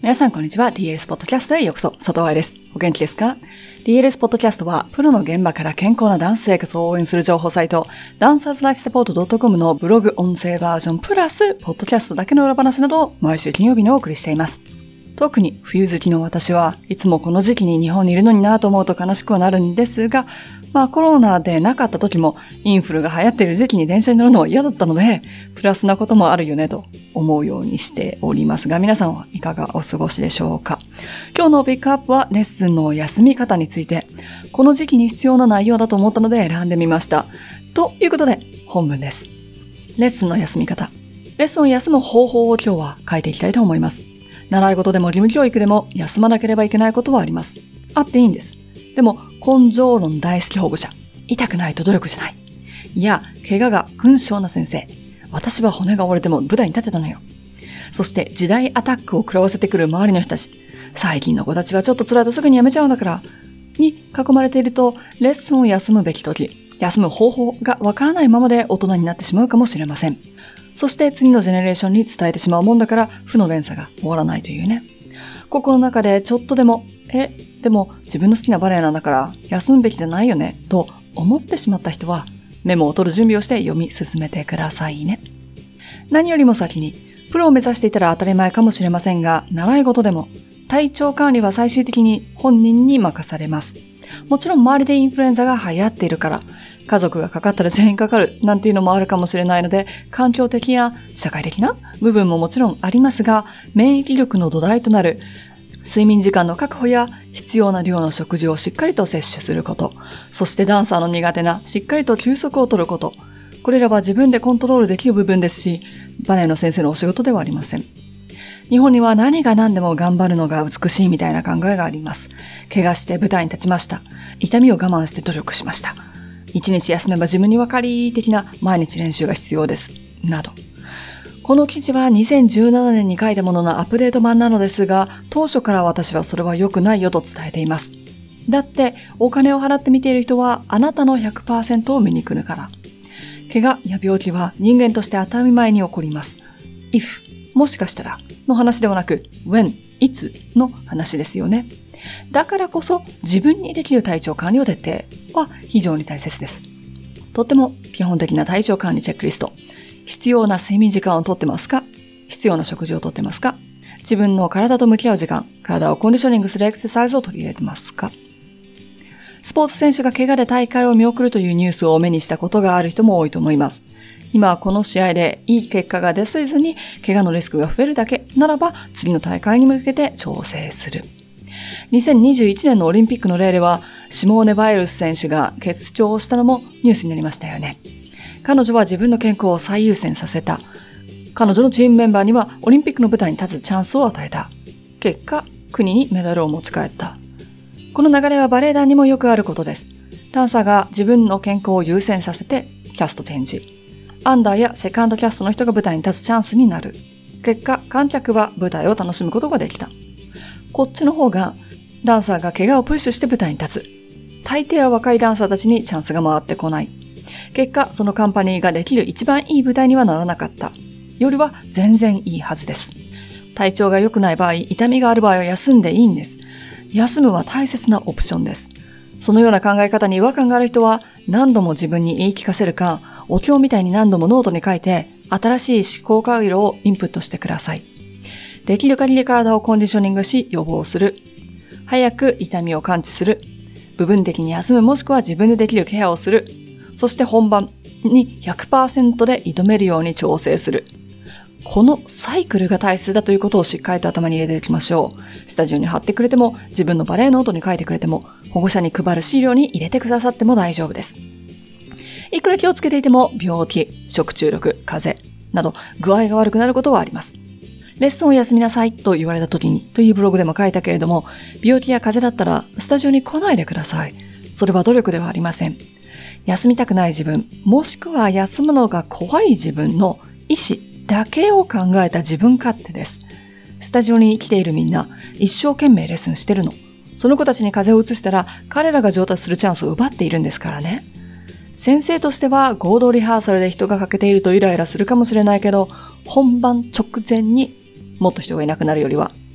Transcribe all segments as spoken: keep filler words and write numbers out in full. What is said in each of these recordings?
皆さんこんにちは。 ディーエルエス ポッドキャストへようこそ。佐藤愛です。お元気ですか？ ディーエルエス ポッドキャストはプロの現場から健康なダンス生活を応援する情報サイトダンサーズライフサポート .com のブログ音声バージョンプラスポッドキャストだけの裏話などを毎週金曜日にお送りしています。特に冬好きの私はいつもこの時期に日本にいるのになと思うと悲しくはなるんですが、まあコロナでなかった時もインフルが流行っている時期に電車に乗るのは嫌だったので、プラスなこともあるよねと思うようにしておりますが、皆さんはいかがお過ごしでしょうか？今日のピックアップはレッスンの休み方について、この時期に必要な内容だと思ったので選んでみました。ということで本文です。レッスンの休み方。レッスンを休む方法を今日は書いていきたいと思います。習い事でも義務教育でも休まなければいけないことはあります。あっていいんです。でも根性論大好き保護者。痛くないと努力しない。いや、怪我が勲章な先生。私は骨が折れても舞台に立てたのよ。そして時代アタックを食らわせてくる周りの人たち。最近の子たちはちょっと辛いとすぐにやめちゃうんだから。に囲まれていると、レッスンを休むべき時、休む方法がわからないままで大人になってしまうかもしれません。そして次のジェネレーションに伝えてしまうもんだから負の連鎖が終わらないというね。心の中でちょっとでも、え、でも自分の好きなバレエなんだから休むべきじゃないよねと思ってしまった人はメモを取る準備をして読み進めてくださいね。何よりも先にプロを目指していたら当たり前かもしれませんが、習い事でも体調管理は最終的に本人に任されます。もちろん周りでインフルエンザが流行っているから家族がかかったら全員かかるなんていうのもあるかもしれないので、環境的や社会的な部分ももちろんありますが、免疫力の土台となる睡眠時間の確保や必要な量の食事をしっかりと摂取すること、そしてダンサーの苦手なしっかりと休息を取ること、これらは自分でコントロールできる部分ですし、バレエの先生のお仕事ではありません。日本には何が何でも頑張るのが美しいみたいな考えがあります。怪我して舞台に立ちました。痛みを我慢して努力しました。一日休めば自分に分かり的な毎日練習が必要です。など。この記事はにせんじゅうななねんに書いたもののアップデート版なのですが、当初から私はそれは良くないよと伝えています。だってお金を払って見ている人はあなたの ひゃくパーセント を見に来るから。怪我や病気は人間として当たり前に起こります。if もしかしたらの話ではなく when いつの話ですよね。だからこそ自分にできる体調管理を徹底は非常に大切です。とっても基本的な体調管理チェックリスト。必要な睡眠時間をとってますか？必要な食事をとってますか？自分の体と向き合う時間、体をコンディショニングするエクササイズを取り入れてますか？スポーツ選手が怪我で大会を見送るというニュースを目にしたことがある人も多いと思います。今はこの試合でいい結果が出せずに怪我のリスクが増えるだけならば次の大会に向けて調整する。にせんにじゅういちねんのオリンピックの例ではシモーネ・バイルス選手が欠場をしたのもニュースになりましたよね。彼女は自分の健康を最優先させた。彼女のチームメンバーにはオリンピックの舞台に立つチャンスを与えた。結果、国にメダルを持ち帰った。この流れはバレエ団にもよくあることです。ダンサーが自分の健康を優先させてキャストチェンジ。アンダーやセカンドキャストの人が舞台に立つチャンスになる。結果、観客は舞台を楽しむことができた。こっちの方がダンサーが怪我をプッシュして舞台に立つ。大抵は若いダンサーたちにチャンスが回ってこない。結果、そのカンパニーができる一番いい舞台にはならなかった。よりは全然いいはずです。体調が良くない場合、痛みがある場合は休んでいいんです。休むは大切なオプションです。そのような考え方に違和感がある人は、何度も自分に言い聞かせるか、お経みたいに何度もノートに書いて、新しい思考回路をインプットしてください。できる限り体をコンディショニングし予防する。早く痛みを感知する。部分的に休むもしくは自分でできるケアをする。そして本番に ひゃくパーセント で挑めるように調整する。このサイクルが大切だということをしっかりと頭に入れていきましょう。スタジオに貼ってくれても、自分のバレエノートに書いてくれても、保護者に配る資料に入れてくださっても大丈夫です。いくら気をつけていても、病気、食中毒、風邪など具合が悪くなることはあります。レッスンを休みなさいと言われた時にというブログでも書いたけれども、病気や風邪だったらスタジオに来ないでください。それは努力ではありません。休みたくない自分、もしくは休むのが怖い自分の意思だけを考えた自分勝手です。スタジオに来ているみんな、一生懸命レッスンしてるの。その子たちに風邪を移したら、彼らが上達するチャンスを奪っているんですからね。先生としては合同リハーサルで人が欠けているとイライラするかもしれないけど、本番直前にもっと人がいなくなるよりは、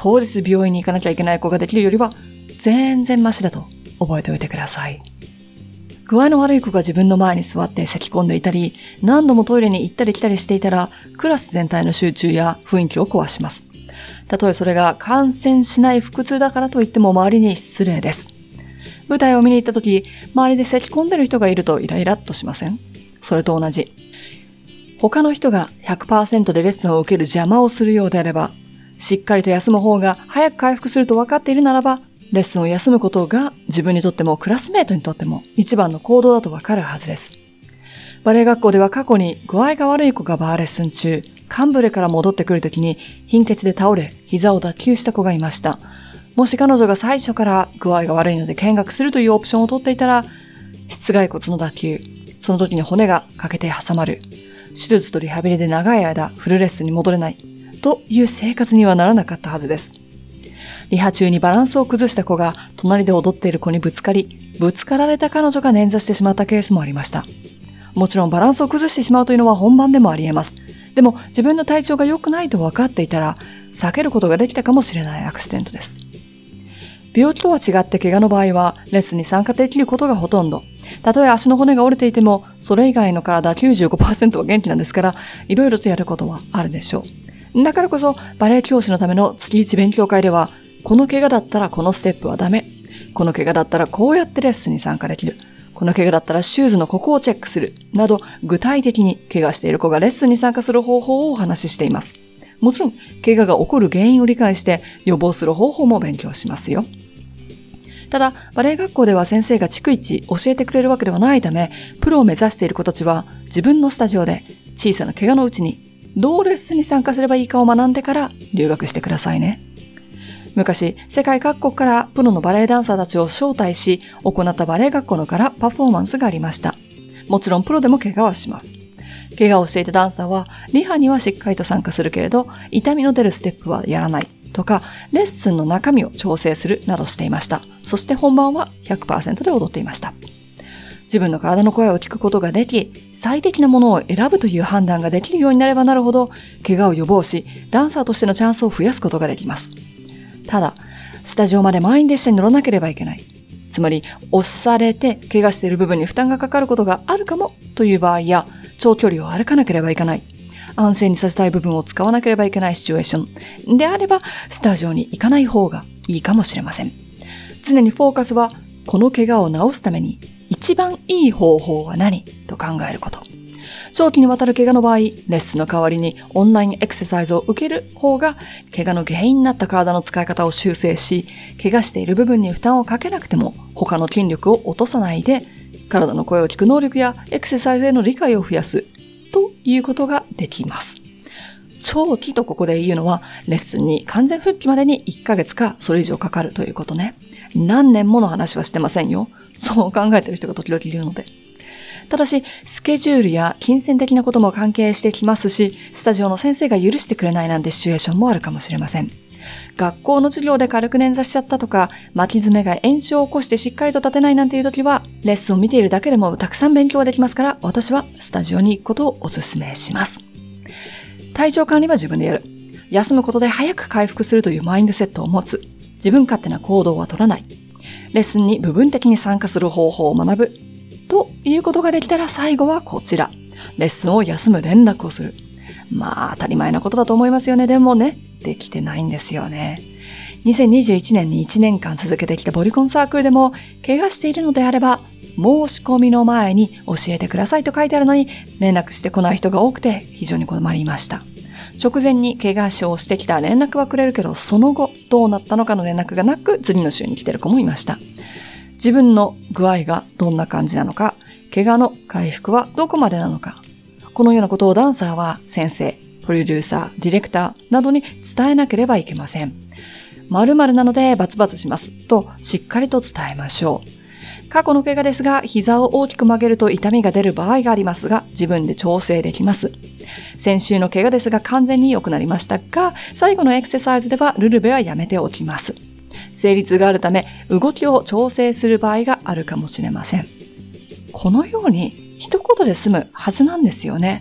当日病院に行かなきゃいけない子ができるよりは全然マシだと覚えておいてください。具合の悪い子が自分の前に座って咳き込んでいたり、何度もトイレに行ったり来たりしていたら、クラス全体の集中や雰囲気を壊します。たとえそれが感染しない腹痛だからといっても周りに失礼です。舞台を見に行った時、周りで咳き込んでる人がいるとイライラっとしません？それと同じ。他の人が ひゃくパーセント でレッスンを受ける邪魔をするようであれば、しっかりと休む方が早く回復すると分かっているならば、レッスンを休むことが自分にとってもクラスメートにとっても一番の行動だと分かるはずです。バレエ学校では過去に具合が悪い子がバーレッスン中、カンブレから戻ってくるときに貧血で倒れ、膝を脱臼した子がいました。もし彼女が最初から具合が悪いので見学するというオプションを取っていたら、膝蓋骨の脱臼、その時に骨が欠けて挟まる、手術とリハビリで長い間フルレッスンに戻れない、という生活にはならなかったはずです。リハ中にバランスを崩した子が隣で踊っている子にぶつかり、ぶつかられた彼女が捻挫してしまったケースもありました。もちろんバランスを崩してしまうというのは本番でもあり得ます。でも自分の体調が良くないと分かっていたら、避けることができたかもしれないアクシデントです。病気とは違って怪我の場合は、レッスンに参加できることがほとんど。たとえ足の骨が折れていても、それ以外の体 きゅうじゅうごパーセント は元気なんですから、いろいろとやることはあるでしょう。だからこそ、バレエ教師のための月一勉強会では、この怪我だったらこのステップはダメ。この怪我だったらこうやってレッスンに参加できる。この怪我だったらシューズのここをチェックする。など、具体的に怪我している子がレッスンに参加する方法をお話ししています。もちろん、怪我が起こる原因を理解して予防する方法も勉強しますよ。ただ、バレエ学校では先生が逐一教えてくれるわけではないため、プロを目指している子たちは自分のスタジオで小さな怪我のうちにどうレッスンに参加すればいいかを学んでから留学してくださいね。昔、世界各国からプロのバレエダンサーたちを招待し、行ったバレエ学校のからパフォーマンスがありました。もちろんプロでも怪我はします。怪我をしていたダンサーは、リハにはしっかりと参加するけれど、痛みの出るステップはやらないとか、レッスンの中身を調整するなどしていました。そして本番は ひゃくパーセント で踊っていました。自分の体の声を聞くことができ、最適なものを選ぶという判断ができるようになればなるほど、怪我を予防し、ダンサーとしてのチャンスを増やすことができます。ただ、スタジオまで満員列車に乗らなければいけない。つまり、押されて怪我している部分に負担がかかることがあるかもという場合や、長距離を歩かなければいけない。安静にさせたい部分を使わなければいけないシチュエーションであれば、スタジオに行かない方がいいかもしれません。常にフォーカスは、この怪我を治すために一番いい方法は何と考えること。長期にわたる怪我の場合、レッスンの代わりにオンラインエクササイズを受ける方が、怪我の原因になった体の使い方を修正し、怪我している部分に負担をかけなくても、他の筋力を落とさないで、体の声を聞く能力やエクササイズへの理解を増やす、ということができます。長期とここで言うのは、レッスンに完全復帰までにいっかげつかそれ以上かかるということね。何年もの話はしてませんよ。そう考えてる人が時々いるので。ただし、スケジュールや金銭的なことも関係してきますし、スタジオの先生が許してくれないなんてシチュエーションもあるかもしれません。学校の授業で軽く捻挫しちゃったとか、巻き爪が炎症を起こしてしっかりと立てないなんていう時は、レッスンを見ているだけでもたくさん勉強ができますから、私はスタジオに行くことをお勧めします。体調管理は自分でやる。休むことで早く回復するというマインドセットを持つ。自分勝手な行動は取らない。レッスンに部分的に参加する方法を学ぶ。ということができたら最後はこちら。レッスンを休む連絡をする。まあ当たり前なことだと思いますよね。でもね、できてないんですよね。にせんにじゅういちねんにいちねんかん続けてきたボリコンサークルでも、怪我しているのであれば、申し込みの前に教えてくださいと書いてあるのに、連絡してこない人が多くて非常に困りました。直前に怪我をしてきた連絡はくれるけど、その後どうなったのかの連絡がなく、次の週に来てる子もいました。自分の具合がどんな感じなのか、怪我の回復はどこまでなのか、このようなことをダンサーは先生、プロデューサー、ディレクターなどに伝えなければいけません。〇〇なのでバツバツしますとしっかりと伝えましょう。過去の怪我ですが、膝を大きく曲げると痛みが出る場合がありますが、自分で調整できます。先週の怪我ですが完全に良くなりましたが、最後のエクササイズではルルベはやめておきます。生理痛があるため、動きを調整する場合があるかもしれません。このように一言で済むはずなんですよね。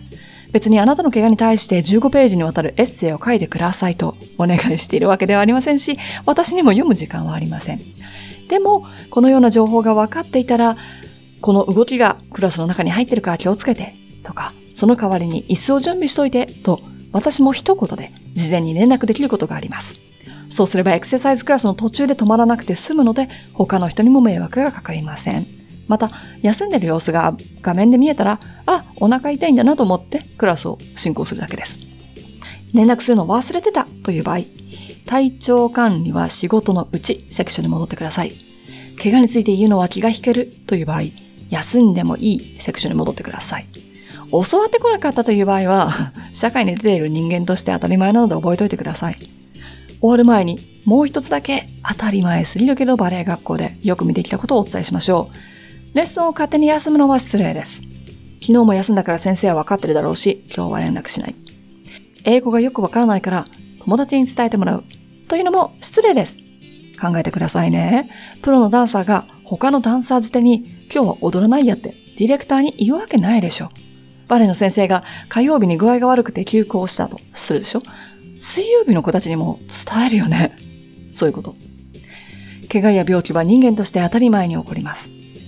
別にあなたの怪我に対してじゅうごページにわたるエッセイを書いてくださいとお願いしているわけではありませんし、私にも読む時間はありません。でも、このような情報が分かっていたら、この動きがクラスの中に入ってるから気をつけてとか、その代わりに椅子を準備しといてと、私も一言で事前に連絡できることがあります。そうすればエクササイズクラスの途中で止まらなくて済むので、他の人にも迷惑がかかりません。また、休んでる様子が画面で見えたら、あ、お腹痛いんだなと思ってクラスを進行するだけです。連絡するのを忘れてたという場合、体調管理は仕事のうちセクションに戻ってください。怪我について言うのは気が引けるという場合、休んでもいいセクションに戻ってください。教わってこなかったという場合は、社会に出ている人間として当たり前なので覚えておいてください。終わる前にもう一つだけ当たり前すぎるけどバレエ学校でよく見てきたことをお伝えしましょう。レッスンを勝手に休むのは失礼です。昨日も休んだから先生は分かってるだろうし、今日は連絡しない。英語がよくわからないから友達に伝えてもらうというのも失礼です。考えてくださいね。プロのダンサーが他のダンサーづてに今日は踊らないやってディレクターに言うわけないでしょ。バレエの先生が火曜日に具合が悪くて休校したとするでしょ。水曜日の子たちにも伝えるよね。そういうこと。怪我や病気は人間として当たり前に起こります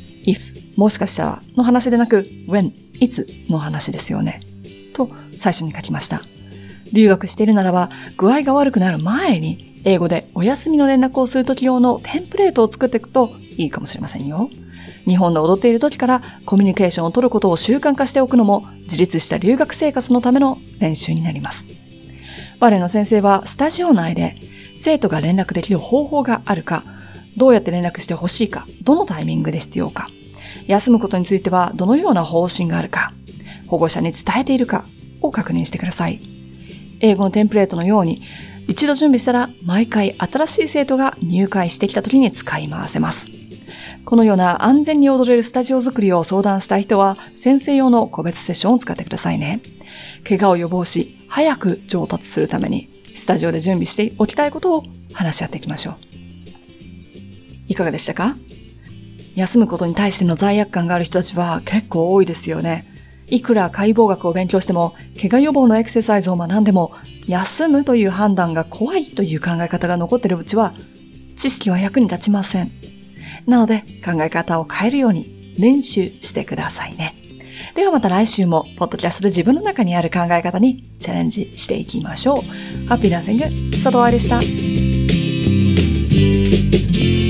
。if もしかしたらの話でなく when いつの話ですよね。と最初に書きました。留学しているならば具合が悪くなる前に英語でお休みの連絡をするとき用のテンプレートを作っていくといいかもしれませんよ。日本で踊っている時からコミュニケーションを取ることを習慣化しておくのも自立した留学生活のための練習になります。バレエの先生はスタジオ内で生徒が連絡できる方法があるか、どうやって連絡してほしいか、どのタイミングで必要か、休むことについてはどのような方針があるか、保護者に伝えているかを確認してください。英語のテンプレートのように一度準備したら毎回新しい生徒が入会してきた時に使い回せます。このような安全に踊れるスタジオ作りを相談したい人は先生用の個別セッションを使ってくださいね。怪我を予防し早く上達するためにスタジオで準備しておきたいことを話し合っていきましょう。いかがでしたか？休むことに対しての罪悪感がある人たちは結構多いですよね。いくら解剖学を勉強しても怪我予防のエクササイズを学んでも休むという判断が怖いという考え方が残っているうちは知識は役に立ちません。なので考え方を変えるように練習してくださいね。ではまた来週もポッドキャストで自分の中にある考え方にチャレンジしていきましょう。ハッピーダンシング、佐藤愛でした。